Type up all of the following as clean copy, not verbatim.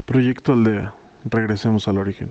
Proyecto Aldea. Regresemos al origen.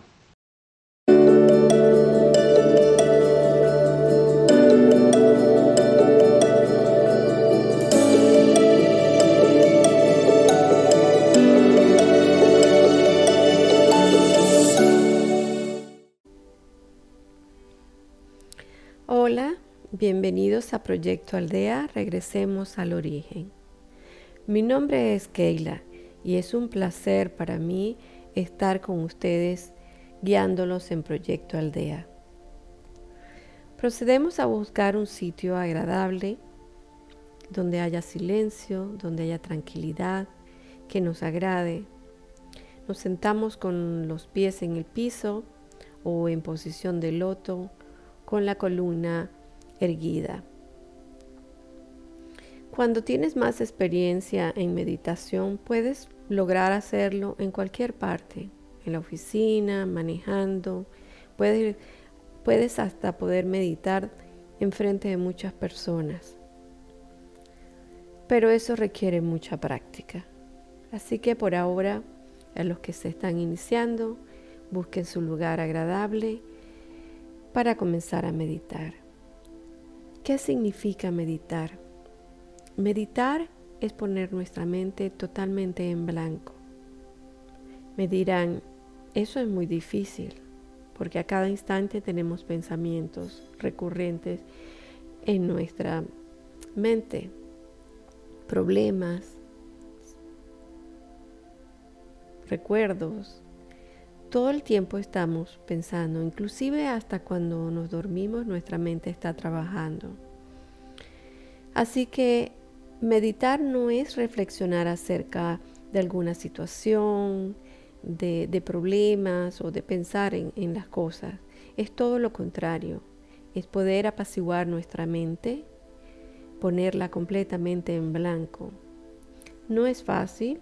Hola, bienvenidos a Proyecto Aldea, regresemos al origen. Mi nombre es Keila y es un placer para mí estar con ustedes guiándolos en Proyecto Aldea. Procedemos a buscar un sitio agradable, donde haya silencio, donde haya tranquilidad, que nos agrade. Nos sentamos con los pies en el piso o en posición de loto, con la columna erguida. Cuando tienes más experiencia en meditación, puedes lograr hacerlo en cualquier parte, en la oficina, manejando, puedes hasta poder meditar en frente de muchas personas. Pero eso requiere mucha práctica. Así que por ahora, a los que se están iniciando, busquen su lugar agradable para comenzar a meditar. ¿Qué significa meditar? Meditar es poner nuestra mente totalmente en blanco. Me dirán, eso es muy difícil, porque a cada instante tenemos pensamientos recurrentes en nuestra mente, problemas, recuerdos. Todo el tiempo estamos pensando, inclusive hasta cuando nos dormimos, nuestra mente está trabajando. Así que meditar no es reflexionar acerca de alguna situación, de problemas o de pensar en las cosas. Es todo lo contrario. Es poder apaciguar nuestra mente, ponerla completamente en blanco. No es fácil,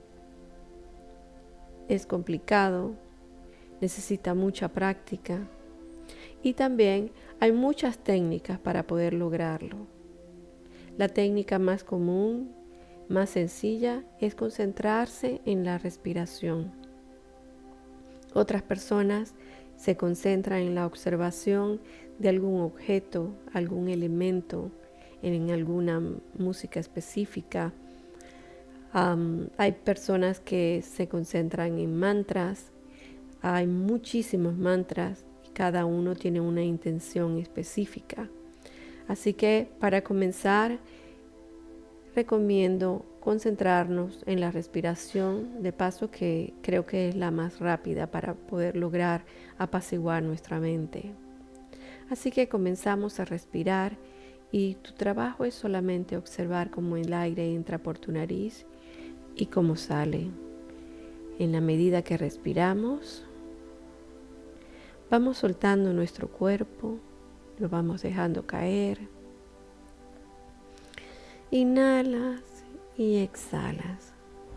es complicado, necesita mucha práctica y también hay muchas técnicas para poder lograrlo. La técnica más común, más sencilla, es concentrarse en la respiración. Otras personas se concentran en la observación de algún objeto, algún elemento, en alguna música específica. Hay personas que se concentran en mantras. Hay muchísimos mantras y cada uno tiene una intención específica. Así que para comenzar, recomiendo concentrarnos en la respiración, de paso que creo que es la más rápida para poder lograr apaciguar nuestra mente. Así que comenzamos a respirar y tu trabajo es solamente observar cómo el aire entra por tu nariz y cómo sale. En la medida que respiramos, vamos soltando nuestro cuerpo, lo vamos dejando caer. Inhalas y exhalas.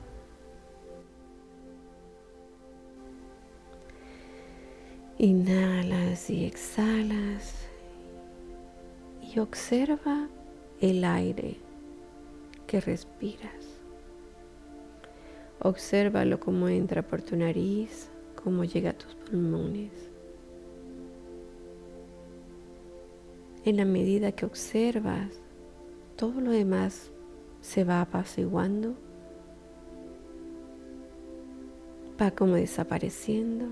Inhalas y exhalas y observa el aire que respiras. Obsérvalo cómo entra por tu nariz, cómo llega a tus pulmones. En la medida que observas, todo lo demás se va apaciguando, va como desapareciendo.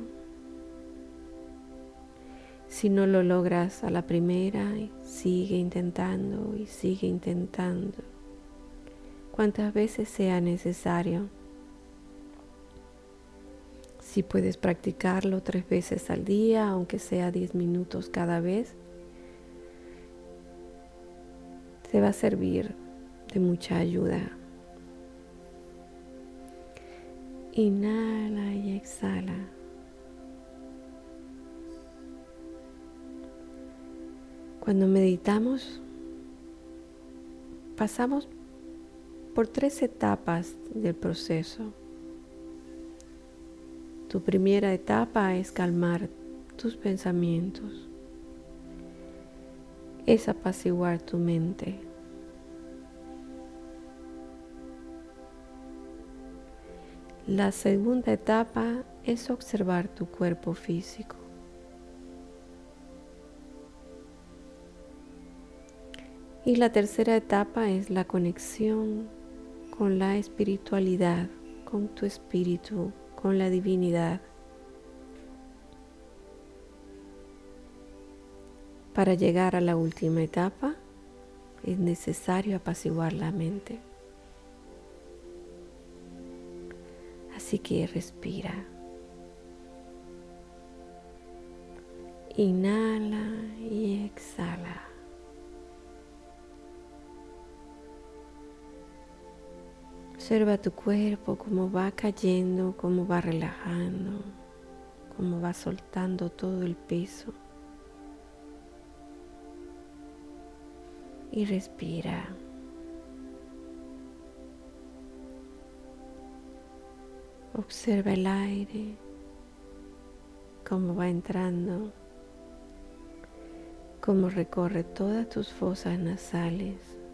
Si no lo logras a la primera, sigue intentando y sigue intentando, cuantas veces sea necesario. Si puedes practicarlo 3 veces al día, aunque sea 10 minutos cada vez, te va a servir de mucha ayuda. Inhala y exhala. Cuando meditamos, pasamos por 3 etapas del proceso. Tu primera etapa es calmar tus pensamientos, es apaciguar tu mente. La segunda etapa es observar tu cuerpo físico. Y la tercera etapa es la conexión con la espiritualidad, con tu espíritu, con la divinidad. Para llegar a la última etapa es necesario apaciguar la mente. Así que respira. Inhala y exhala. Observa tu cuerpo, cómo va cayendo, cómo va relajando, cómo va soltando todo el peso. Y respira. Observa el aire, cómo va entrando, cómo recorre todas tus fosas nasales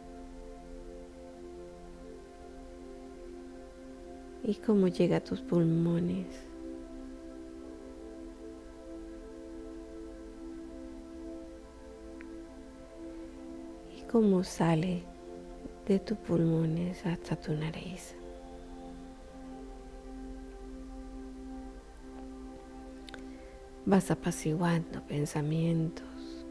y cómo llega a tus pulmones. Y cómo sale de tus pulmones hasta tu nariz. Vas apaciguando pensamientos.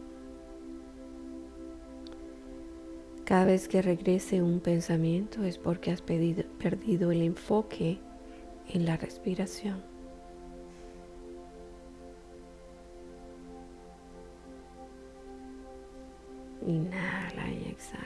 Cada vez que regrese un pensamiento es porque has perdido el enfoque en la respiración. Inhala y exhala.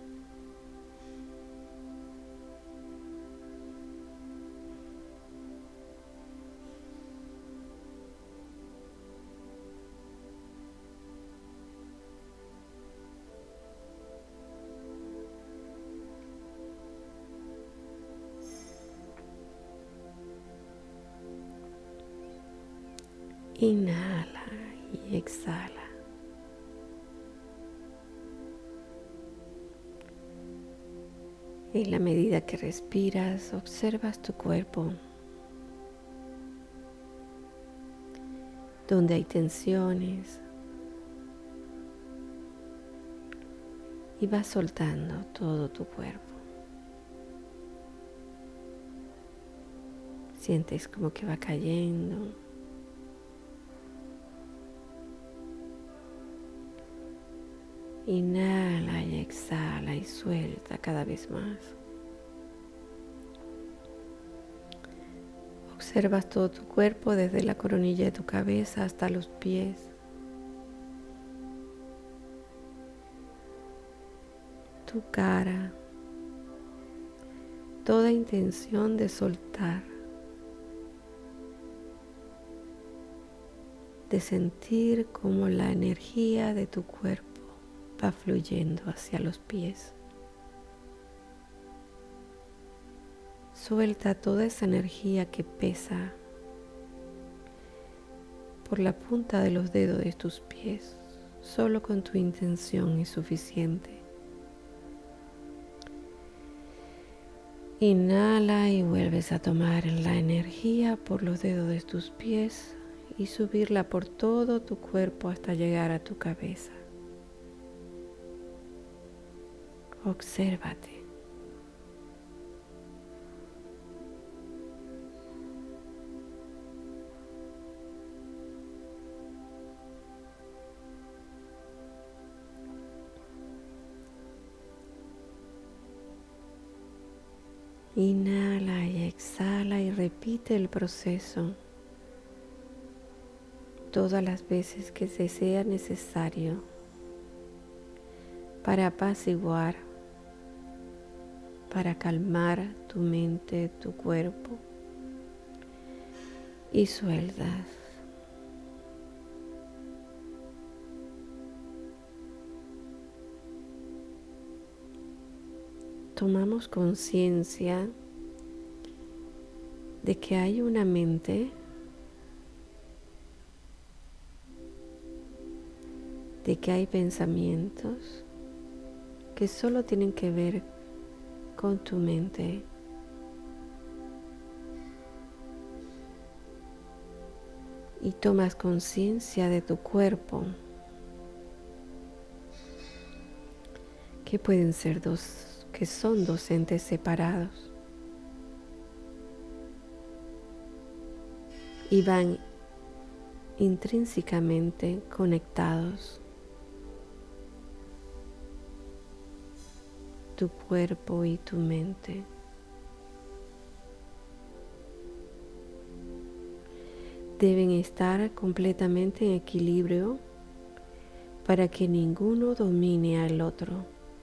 Inhala y exhala. En la medida que respiras, observas tu cuerpo, donde hay tensiones, y vas soltando todo tu cuerpo. Sientes como que va cayendo. Inhala y exhala y suelta cada vez más. Observas todo tu cuerpo desde la coronilla de tu cabeza hasta los pies. Tu cara. Toda intención de soltar. De sentir cómo la energía de tu cuerpo va fluyendo hacia los pies. Suelta toda esa energía que pesa por la punta de los dedos de tus pies. Solo con tu intención es suficiente. Inhala y vuelves a tomar la energía por los dedos de tus pies y subirla por todo tu cuerpo hasta llegar a tu cabeza. Obsérvate. Inhala y exhala y repite el proceso todas las veces que te sea necesario para apaciguar, para calmar tu mente, tu cuerpo, y sueltas. Tomamos conciencia de que hay una mente, de que hay pensamientos que solo tienen que ver con tu mente. y tomas conciencia de tu cuerpo, que pueden ser que son dos entes separados y van intrínsecamente conectados. Tu cuerpo y tu mente. Deben estar completamente en equilibrio para que ninguno domine al otro.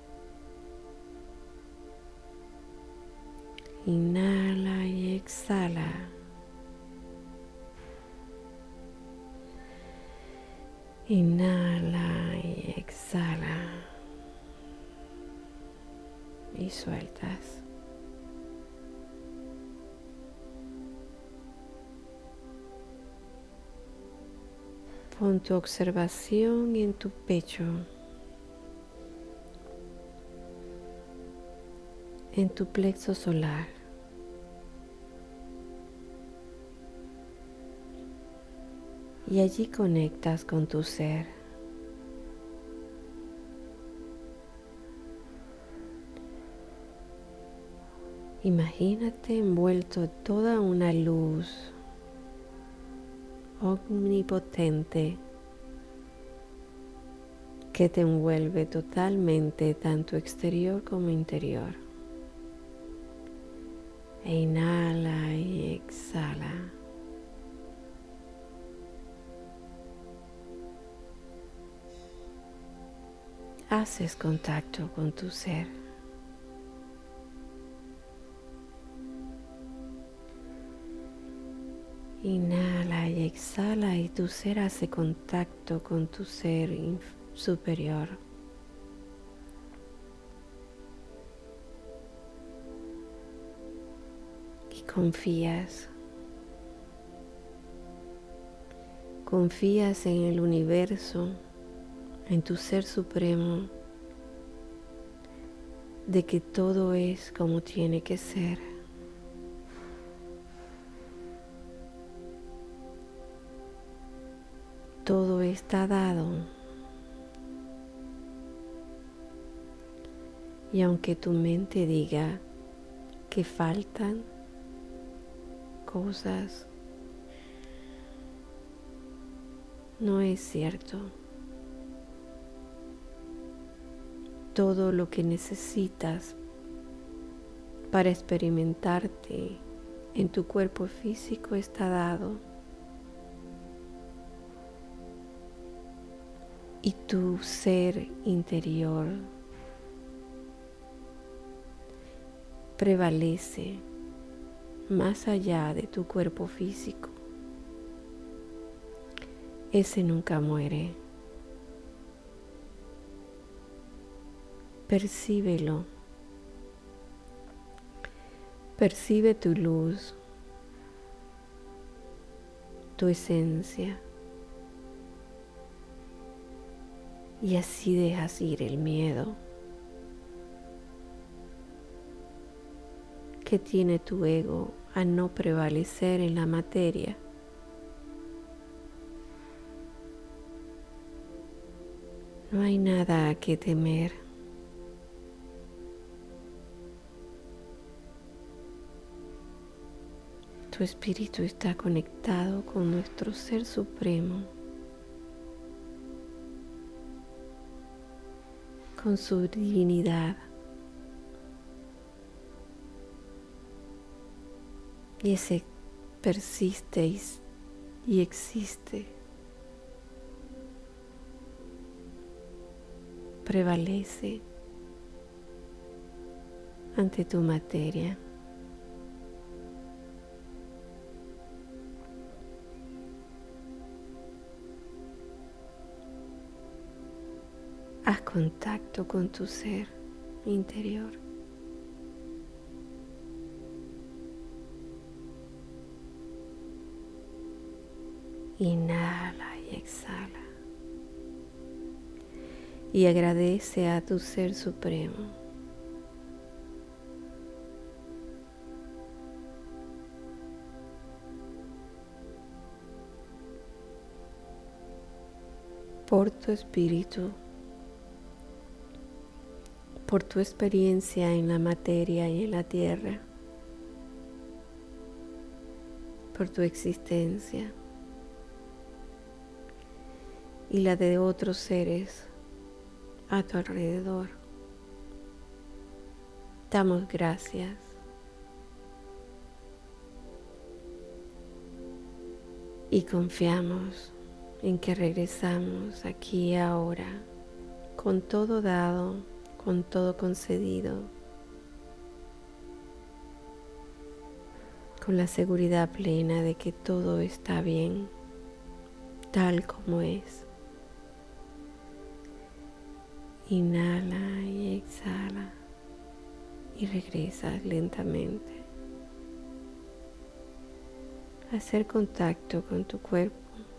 Inhala y exhala. Inhala y exhala. Y sueltas. Pon tu observación en tu pecho, en tu plexo solar. Y allí conectas con tu ser. Imagínate envuelto en toda una luz omnipotente que te envuelve totalmente, tanto exterior como interior. E inhala y exhala. Haces contacto con tu ser. Inhala y exhala y tu ser hace contacto con tu ser superior. Y confías. Confías en el universo, en tu ser supremo, de que todo es como tiene que ser. Todo está dado. Y aunque tu mente diga que faltan cosas, no es cierto. Todo lo que necesitas para experimentarte en tu cuerpo físico está dado. Y tu ser interior prevalece más allá de tu cuerpo físico. Ese nunca muere. Percíbelo. Percibe tu luz, tu esencia. Y así dejas ir el miedo que tiene tu ego a no prevalecer en la materia. No hay nada a que temer. Tu espíritu está conectado con nuestro Ser Supremo, con su divinidad. Y ese persiste y existe. Prevalece ante tu materia. Haz contacto con tu ser interior. Inhala y exhala. Y agradece a tu Ser Supremo. por tu espíritu, por tu experiencia en la materia y en la tierra, por tu existencia y la de otros seres a tu alrededor. Damos gracias. Y confiamos en que regresamos aquí y ahora, con todo dado, con todo concedido, con la seguridad plena de que todo está bien, tal como es. Inhala y exhala y regresas lentamente a hacer contacto con tu cuerpo.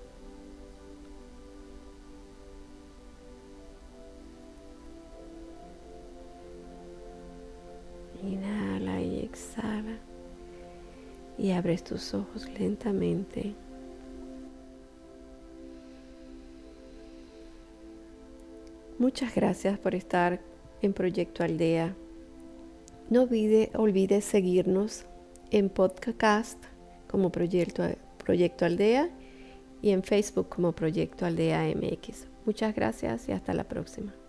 Inhala y exhala y abres tus ojos lentamente. Muchas gracias por estar en Proyecto Aldea. No olvides seguirnos en podcast como Proyecto Aldea y en Facebook como Proyecto Aldea MX. Muchas gracias y hasta la próxima.